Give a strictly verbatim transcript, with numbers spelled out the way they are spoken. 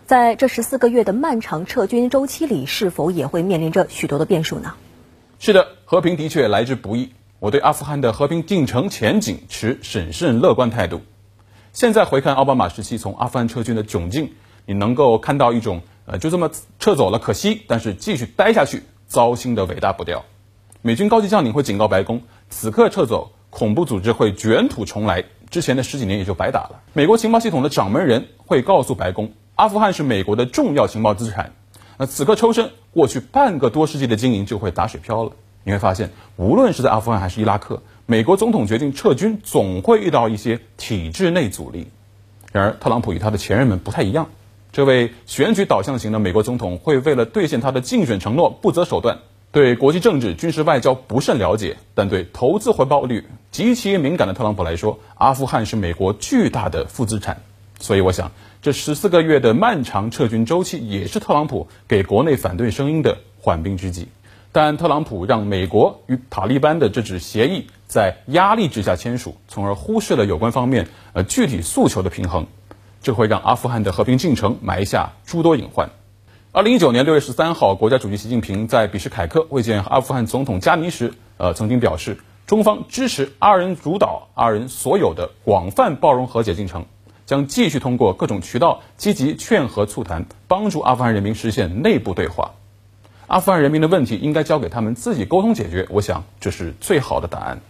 在这十四个月的漫长撤军周期里，是否也会面临着许多的变数呢？ 是的，和平的确来之不易。我对阿富汗的和平进程前景持审慎乐观态度。现在回看奥巴马时期从阿富汗撤军的窘境，你能够看到一种呃就这么撤走了可惜，但是继续待下去糟心的伟大步调。美军高级将领会警告白宫，此刻撤走，恐怖组织会卷土重来，之前的十几年也就白打了。美国情报系统的掌门人会告诉白宫，阿富汗是美国的重要情报资产，那此刻抽身，过去半个多世纪的经营就会打水漂了。你会发现，无论是在阿富汗还是伊拉克，美国总统决定撤军，总会遇到一些体制内阻力。然而，特朗普与他的前任们不太一样，这位选举导向型的美国总统会为了兑现他的竞选承诺不择手段。对国际政治、军事外交不甚了解，但对投资回报率极其敏感的特朗普来说，阿富汗是美国巨大的负资产。所以我想，这十四个月的漫长撤军周期也是特朗普给国内反对声音的缓兵之计。但特朗普让美国与塔利班的这纸协议在压力之下签署，从而忽视了有关方面呃具体诉求的平衡，这会让阿富汗的和平进程埋下诸多隐患。二零一九年六月十三号，国家主席习近平在比什凯克会见阿富汗总统加尼时，呃，曾经表示，中方支持二人主导、二人所有的广泛包容和解进程，将继续通过各种渠道积极劝和促谈，帮助阿富汗人民实现内部对话。阿富汗人民的问题应该交给他们自己沟通解决，我想这是最好的答案。